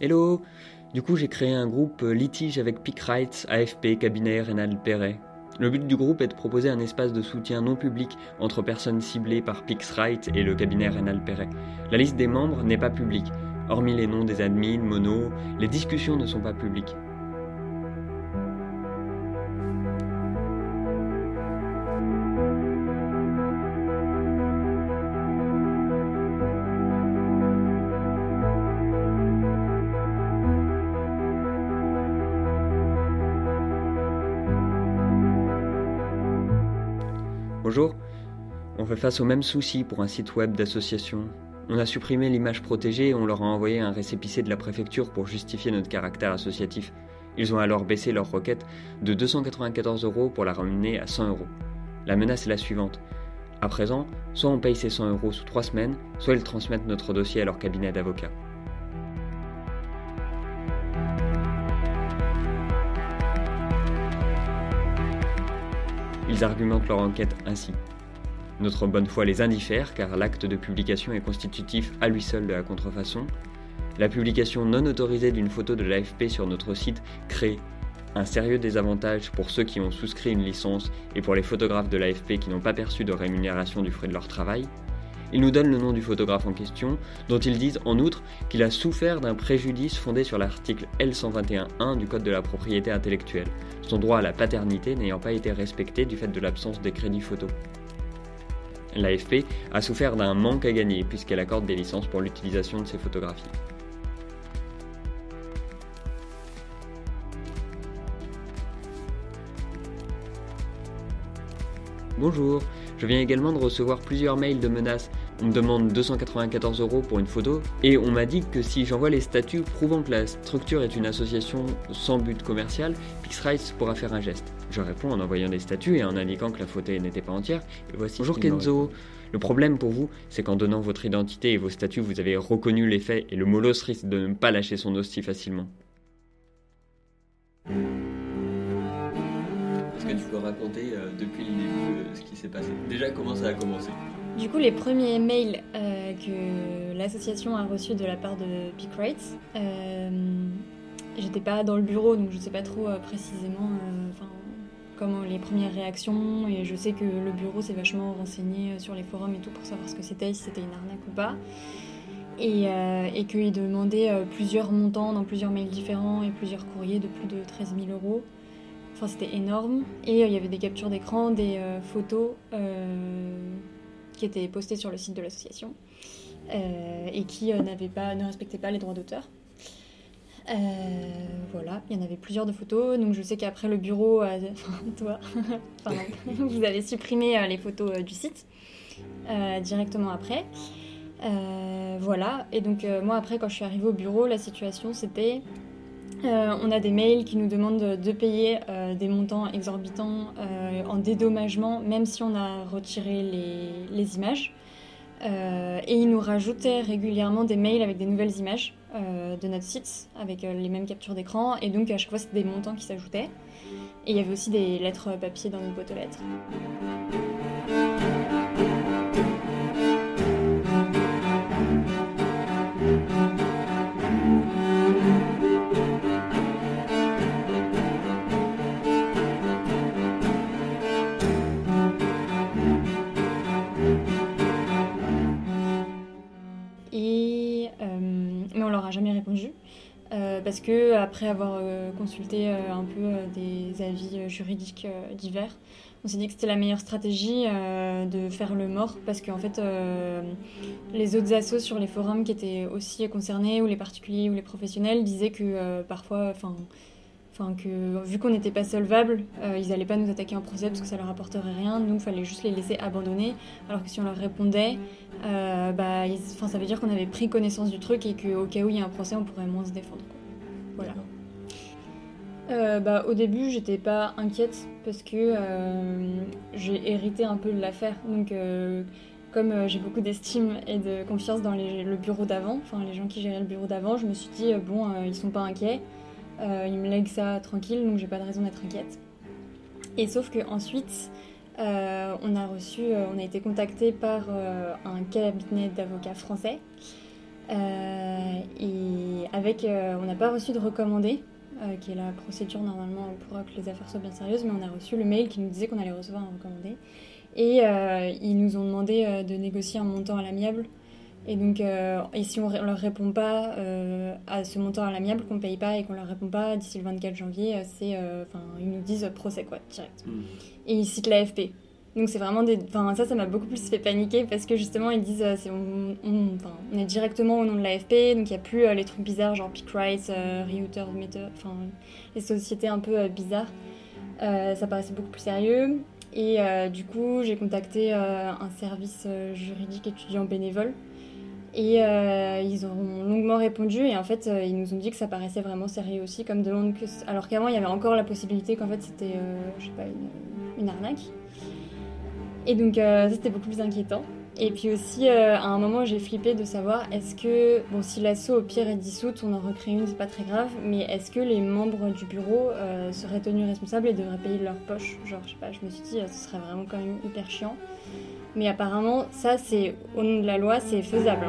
Hello! Du coup, j'ai créé un groupe litige avec PicRights, AFP, cabinet Rénal Perret. Le but du groupe est de proposer un espace de soutien non public entre personnes ciblées par PicRights et le cabinet Rénal Perret. La liste des membres n'est pas publique. Hormis les noms des admins, mono, les discussions ne sont pas publiques. Bonjour, on fait face aux mêmes soucis pour un site web d'association. On a supprimé l'image protégée et on leur a envoyé un récépissé de la préfecture pour justifier notre caractère associatif. Ils ont alors baissé leur requête de 294 € pour la ramener à 100 €. La menace est la suivante. À présent, soit on paye ces 100 € sous 3 semaines, soit ils transmettent notre dossier à leur cabinet d'avocats. Ils argumentent leur enquête ainsi. Notre bonne foi les indiffère car l'acte de publication est constitutif à lui seul de la contrefaçon. La publication non autorisée d'une photo de l'AFP sur notre site crée un sérieux désavantage pour ceux qui ont souscrit une licence et pour les photographes de l'AFP qui n'ont pas perçu de rémunération du fruit de leur travail. Ils nous donnent le nom du photographe en question, dont ils disent en outre qu'il a souffert d'un préjudice fondé sur l'article L121.1 du Code de la propriété intellectuelle, son droit à la paternité n'ayant pas été respecté du fait de l'absence des crédits photos. L'AFP a souffert d'un manque à gagner puisqu'elle accorde des licences pour l'utilisation de ces photographies. Bonjour, je viens également de recevoir plusieurs mails de menaces. On me demande 294 € pour une photo et on m'a dit que si j'envoie les statuts prouvant que la structure est une association sans but commercial, PicRights pourra faire un geste. Je réponds en envoyant des statuts et en indiquant que la photo n'était pas entière. Et voici. Bonjour Kenzo, le problème pour vous, c'est qu'en donnant votre identité et vos statuts, vous avez reconnu les faits et le molosse risque de ne pas lâcher son os si facilement. Est-ce que tu peux raconter depuis le début ce qui s'est passé? Déjà, comment ça a commencé? Du coup, les premiers mails que l'association a reçus de la part de PicRights, j'étais pas dans le bureau, donc je sais pas trop précisément comment les premières réactions, et je sais que le bureau s'est vachement renseigné sur les forums et tout pour savoir ce que c'était, si c'était une arnaque ou pas, et qu'ils demandaient plusieurs montants dans plusieurs mails différents et plusieurs courriers de plus de 13 000 €. Enfin, c'était énorme, et il y avait des captures d'écran, des photos qui étaient postées sur le site de l'association et qui ne respectaient pas les droits d'auteur. Voilà, il y en avait plusieurs de photos, donc je sais qu'après le bureau, vous avez supprimé les photos du site directement après. Voilà, et donc moi après quand je suis arrivée au bureau, la situation c'était... on a des mails qui nous demandent de payer des montants exorbitants en dédommagement, même si on a retiré les images. Et ils nous rajoutaient régulièrement des mails avec des nouvelles images de notre site, avec les mêmes captures d'écran. Et donc à chaque fois, c'était des montants qui s'ajoutaient. Et il y avait aussi des lettres papier dans notre boîte aux lettres. Mais on leur a jamais répondu parce que après avoir consulté un peu des avis juridiques divers, on s'est dit que c'était la meilleure stratégie de faire le mort, parce qu'en fait les autres assos sur les forums qui étaient aussi concernés, ou les particuliers ou les professionnels, disaient que parfois, que vu qu'on n'était pas solvable, ils n'allaient pas nous attaquer en procès parce que ça leur apporterait rien. Nous, il fallait juste les laisser abandonner. Alors que si on leur répondait, ça veut dire qu'on avait pris connaissance du truc et qu'au cas où il y a un procès, on pourrait moins se défendre, quoi. Voilà. Au début, j'étais pas inquiète parce que j'ai hérité un peu de l'affaire. Donc, comme j'ai beaucoup d'estime et de confiance dans le bureau d'avant, les gens qui géraient le bureau d'avant, je me suis dit, ils sont pas inquiets. Ils me lèguent ça tranquille, donc j'ai pas de raison d'être inquiète. Et sauf qu'ensuite, on a été contacté par un cabinet d'avocats français Et avec, on n'a pas reçu de recommandé, qui est la procédure normalement pour que les affaires soient bien sérieuses, mais on a reçu le mail qui nous disait qu'on allait recevoir un recommandé. Et ils nous ont demandé de négocier un montant à l'amiable. Et donc, et si on leur répond pas à ce montant à l'amiable, qu'on paye pas et qu'on leur répond pas d'ici le 24 janvier, ils nous disent procès quoi, direct. Et ils citent l'AFP. Donc c'est vraiment ça m'a beaucoup plus fait paniquer parce que justement ils disent on est directement au nom de l'AFP, donc il n'y a plus les trucs bizarres genre Pickright, Reuter, les sociétés un peu bizarres. Ça paraissait beaucoup plus sérieux. Et du coup j'ai contacté un service juridique étudiant bénévole. Et ils ont longuement répondu et en fait ils nous ont dit que ça paraissait vraiment sérieux aussi comme demande, alors qu'avant il y avait encore la possibilité qu'en fait c'était une arnaque. Et donc ça c'était beaucoup plus inquiétant. Et puis aussi à un moment j'ai flippé de savoir est-ce que, bon si l'asso au pire est dissoute, on en recrée une, c'est pas très grave, mais est-ce que les membres du bureau seraient tenus responsables et devraient payer de leur poche, genre je sais pas, je me suis dit ce serait vraiment quand même hyper chiant. Mais apparemment, ça, c'est au nom de la loi, c'est faisable.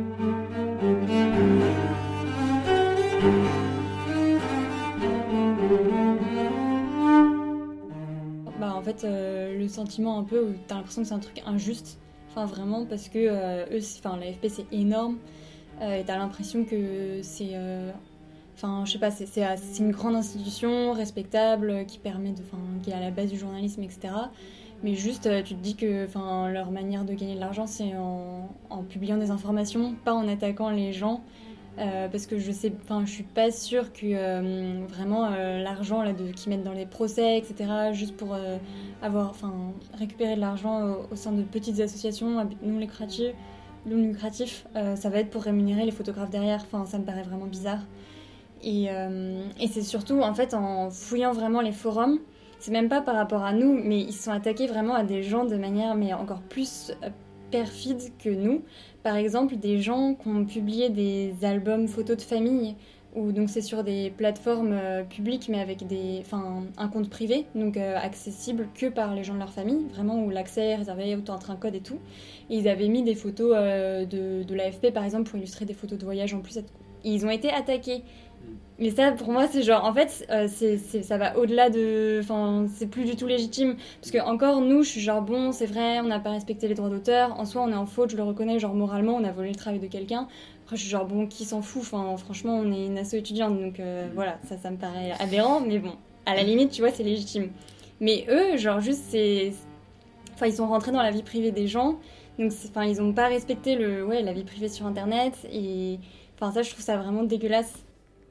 En fait, le sentiment un peu où t'as l'impression que c'est un truc injuste. Enfin, vraiment, parce que l'AFP, c'est énorme. Et t'as l'impression que c'est... je sais pas, c'est une grande institution respectable qui est à la base du journalisme, etc. Mais juste, tu te dis que leur manière de gagner de l'argent, c'est en publiant des informations, pas en attaquant les gens. Parce que je suis pas sûre que vraiment l'argent là, qu'ils mettent dans les procès, etc., juste pour récupérer de l'argent au sein de petites associations à but non lucratif, ça va être pour rémunérer les photographes derrière. Ça me paraît vraiment bizarre. Et c'est surtout, en fait, en fouillant vraiment les forums, c'est même pas par rapport à nous, mais ils se sont attaqués vraiment à des gens de manière encore plus perfide que nous. Par exemple, des gens qui ont publié des albums photos de famille, où donc c'est sur des plateformes publiques, mais avec un compte privé, donc accessible que par les gens de leur famille, vraiment où l'accès est réservé autant entre un code et tout. Et ils avaient mis des photos de l'AFP, par exemple, pour illustrer des photos de voyage en plus. Et ils ont été attaqués. Mais ça, pour moi, c'est genre, en fait, ça va au-delà de... c'est plus du tout légitime. Parce que, encore, nous, je suis genre, bon, c'est vrai, on n'a pas respecté les droits d'auteur. En soi, on est en faute, je le reconnais, genre, moralement, on a volé le travail de quelqu'un. Après, je suis genre, bon, qui s'en fout? Franchement, on est une asso étudiante, donc voilà, ça me paraît aberrant. Mais bon, à la limite, tu vois, c'est légitime. Mais eux, genre, juste, ils sont rentrés dans la vie privée des gens. Donc, ils n'ont pas respecté la vie privée sur Internet. Et, ça, je trouve ça vraiment dégueulasse.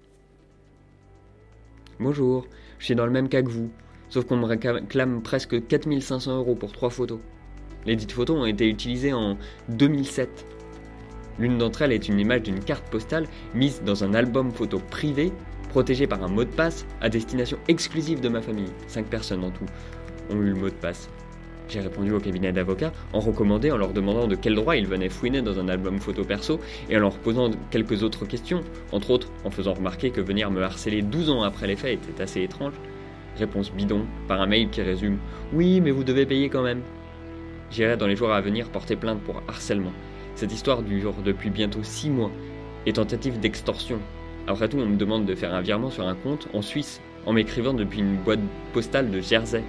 Bonjour, je suis dans le même cas que vous, sauf qu'on me réclame presque 4 500 € pour 3 photos. Les dites photos ont été utilisées en 2007. L'une d'entre elles est une image d'une carte postale mise dans un album photo privé, protégé par un mot de passe à destination exclusive de ma famille. 5 personnes en tout ont eu le mot de passe. J'ai répondu au cabinet d'avocats en recommandé en leur demandant de quel droit ils venaient fouiner dans un album photo perso et en leur posant quelques autres questions, entre autres en faisant remarquer que venir me harceler 12 ans après les faits était assez étrange. Réponse bidon par un mail qui résume « Oui, mais vous devez payer quand même ». J'irai dans les jours à venir porter plainte pour harcèlement. Cette histoire dure depuis bientôt 6 mois et tentative d'extorsion. Après tout, on me demande de faire un virement sur un compte en Suisse en m'écrivant depuis une boîte postale de Jersey.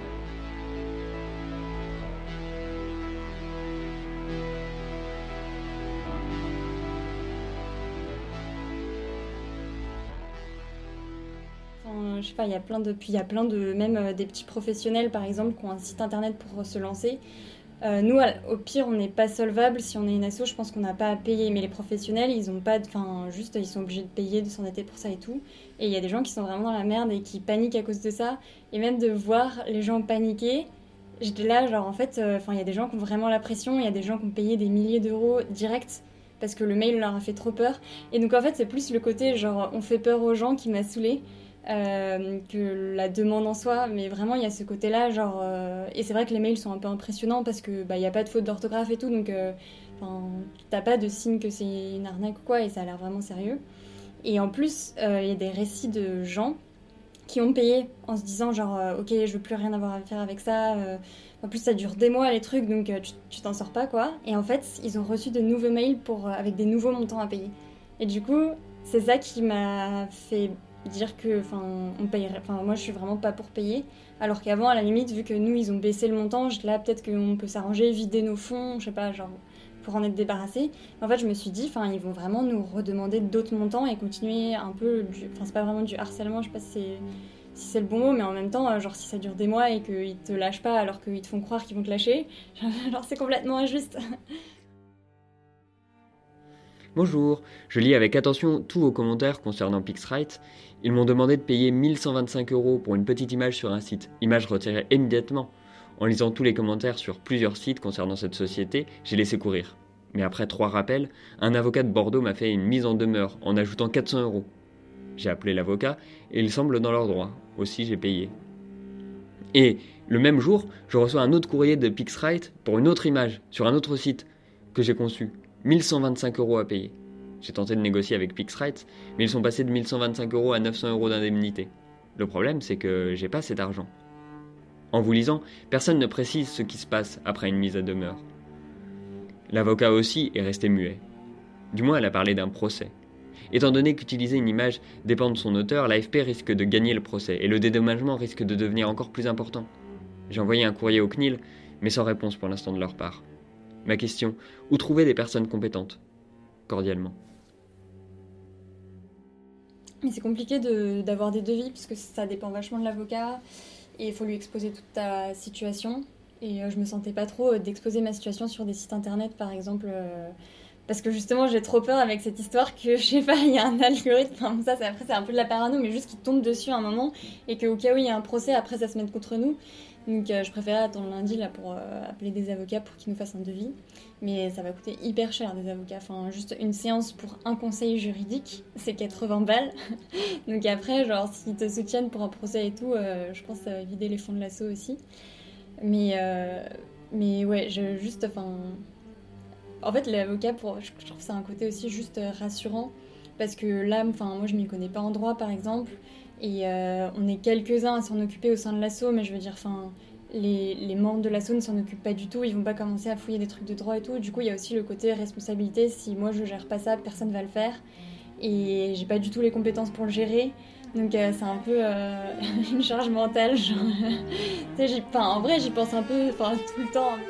Je sais pas, il y a plein de même des petits professionnels par exemple qui ont un site internet pour se lancer. Nous, au pire, on n'est pas solvable. Si on est une asso, je pense qu'on n'a pas à payer. Mais les professionnels, ils ont pas, ils sont obligés de payer, de s'endetter pour ça et tout. Et il y a des gens qui sont vraiment dans la merde et qui paniquent à cause de ça. Et même de voir les gens paniquer, j'étais là, genre en fait, il y a des gens qui ont vraiment la pression. Il y a des gens qui ont payé des milliers d'euros direct parce que le mail leur a fait trop peur. Et donc en fait, c'est plus le côté genre on fait peur aux gens qui m'a saoulée. Que la demande en soi, mais vraiment il y a ce côté là genre et c'est vrai que les mails sont un peu impressionnants parce que y a pas de faute d'orthographe et tout, donc t'as pas de signe que c'est une arnaque ou quoi, et ça a l'air vraiment sérieux. Et en plus il y a des récits de gens qui ont payé en se disant genre ok, je veux plus rien avoir à faire avec ça, en plus ça dure des mois les trucs, donc tu t'en sors pas quoi, et en fait ils ont reçu de nouveaux mails avec des nouveaux montants à payer. Et du coup, c'est ça qui m'a fait dire que, on payerait. Moi, je suis vraiment pas pour payer. Alors qu'avant, à la limite, vu que nous, ils ont baissé le montant, là, peut-être qu'on peut s'arranger, vider nos fonds, je sais pas, genre, pour en être débarrassé. En fait, je me suis dit, ils vont vraiment nous redemander d'autres montants et continuer un peu c'est pas vraiment du harcèlement, je sais pas si c'est le bon mot, mais en même temps, genre, si ça dure des mois et qu'ils te lâchent pas alors qu'ils te font croire qu'ils vont te lâcher, genre, c'est complètement injuste. Bonjour, je lis avec attention tous vos commentaires concernant Pixrite. Ils m'ont demandé de payer 1125 € pour une petite image sur un site, image retirée immédiatement. En lisant tous les commentaires sur plusieurs sites concernant cette société, j'ai laissé courir. Mais après 3 rappels, un avocat de Bordeaux m'a fait une mise en demeure en ajoutant 400 €. J'ai appelé l'avocat et il semble dans leur droit. Aussi, j'ai payé. Et le même jour, je reçois un autre courrier de Pixrite pour une autre image sur un autre site que j'ai conçu. 1125 € à payer. J'ai tenté de négocier avec Pixrite, mais ils sont passés de 1125 € à 900 € d'indemnité. Le problème, c'est que j'ai pas cet argent. En vous lisant, personne ne précise ce qui se passe après une mise à demeure. L'avocat aussi est resté muet. Du moins, elle a parlé d'un procès. Étant donné qu'utiliser une image dépend de son auteur, l'AFP risque de gagner le procès et le dédommagement risque de devenir encore plus important. J'ai envoyé un courrier au CNIL, mais sans réponse pour l'instant de leur part. Ma question, où trouver des personnes compétentes ? Cordialement. Mais c'est compliqué d'avoir des devis parce que ça dépend vachement de l'avocat et il faut lui exposer toute ta situation. Et je me sentais pas trop d'exposer ma situation sur des sites internet par exemple parce que justement j'ai trop peur avec cette histoire que je sais pas, il y a un algorithme, après c'est un peu de la parano mais juste qu'il tombe dessus à un moment et qu'au cas où il y a un procès après ça se mette contre nous. Donc je préférais attendre lundi là pour appeler des avocats pour qu'ils nous fassent un devis. Mais ça va coûter hyper cher des avocats. Juste une séance pour un conseil juridique, c'est 80 balles. Donc après, genre s'ils te soutiennent pour un procès et tout, je pense que ça va vider les fonds de l'asso aussi. Mais ouais, en fait l'avocat, je trouve que c'est un côté aussi juste rassurant. Parce que là, moi je m'y connais pas en droit par exemple. Et on est quelques-uns à s'en occuper au sein de l'asso, mais je veux dire, les membres de l'asso ne s'en occupent pas du tout, ils vont pas commencer à fouiller des trucs de droit et tout. Du coup, il y a aussi le côté responsabilité, si moi je gère pas ça, personne va le faire. Et j'ai pas du tout les compétences pour le gérer. Donc c'est un peu une charge mentale, genre. En vrai, j'y pense un peu tout le temps.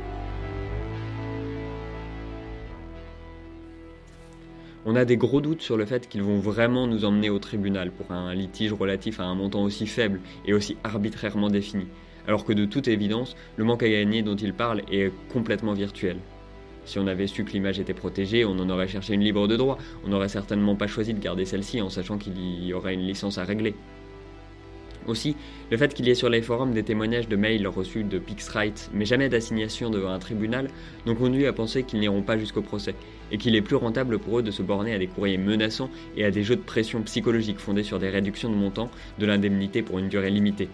On a des gros doutes sur le fait qu'ils vont vraiment nous emmener au tribunal pour un litige relatif à un montant aussi faible et aussi arbitrairement défini, alors que de toute évidence, le manque à gagner dont ils parlent est complètement virtuel. Si on avait su que l'image était protégée, on en aurait cherché une libre de droit, on n'aurait certainement pas choisi de garder celle-ci en sachant qu'il y aurait une licence à régler. Aussi, le fait qu'il y ait sur les forums des témoignages de mails reçus de Pixrite, mais jamais d'assignation devant un tribunal, nous conduit à penser qu'ils n'iront pas jusqu'au procès, et qu'il est plus rentable pour eux de se borner à des courriers menaçants et à des jeux de pression psychologique fondés sur des réductions de montant de l'indemnité pour une durée limitée.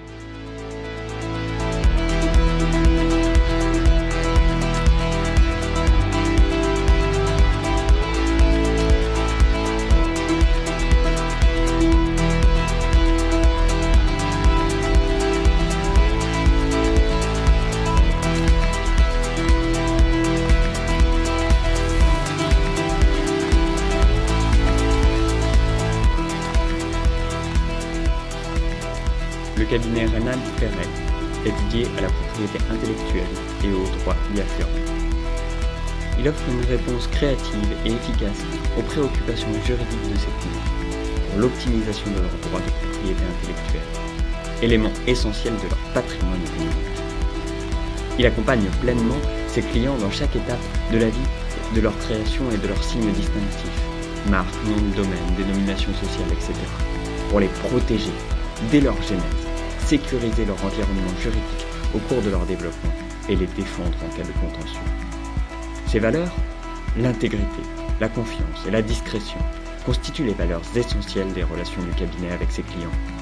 Le cabinet Reynald Ferret est dédié à la propriété intellectuelle et aux droits y afférents. Il offre une réponse créative et efficace aux préoccupations juridiques de ses clients pour l'optimisation de leurs droits de propriété intellectuelle, élément essentiel de leur patrimoine économique. Il accompagne pleinement ses clients dans chaque étape de la vie de leur création et de leurs signes distinctifs, marques, nom de domaine, dénomination sociale, etc., pour les protéger dès leur genèse, sécuriser leur environnement juridique au cours de leur développement et les défendre en cas de contentieux. Ces valeurs, l'intégrité, la confiance et la discrétion, constituent les valeurs essentielles des relations du cabinet avec ses clients.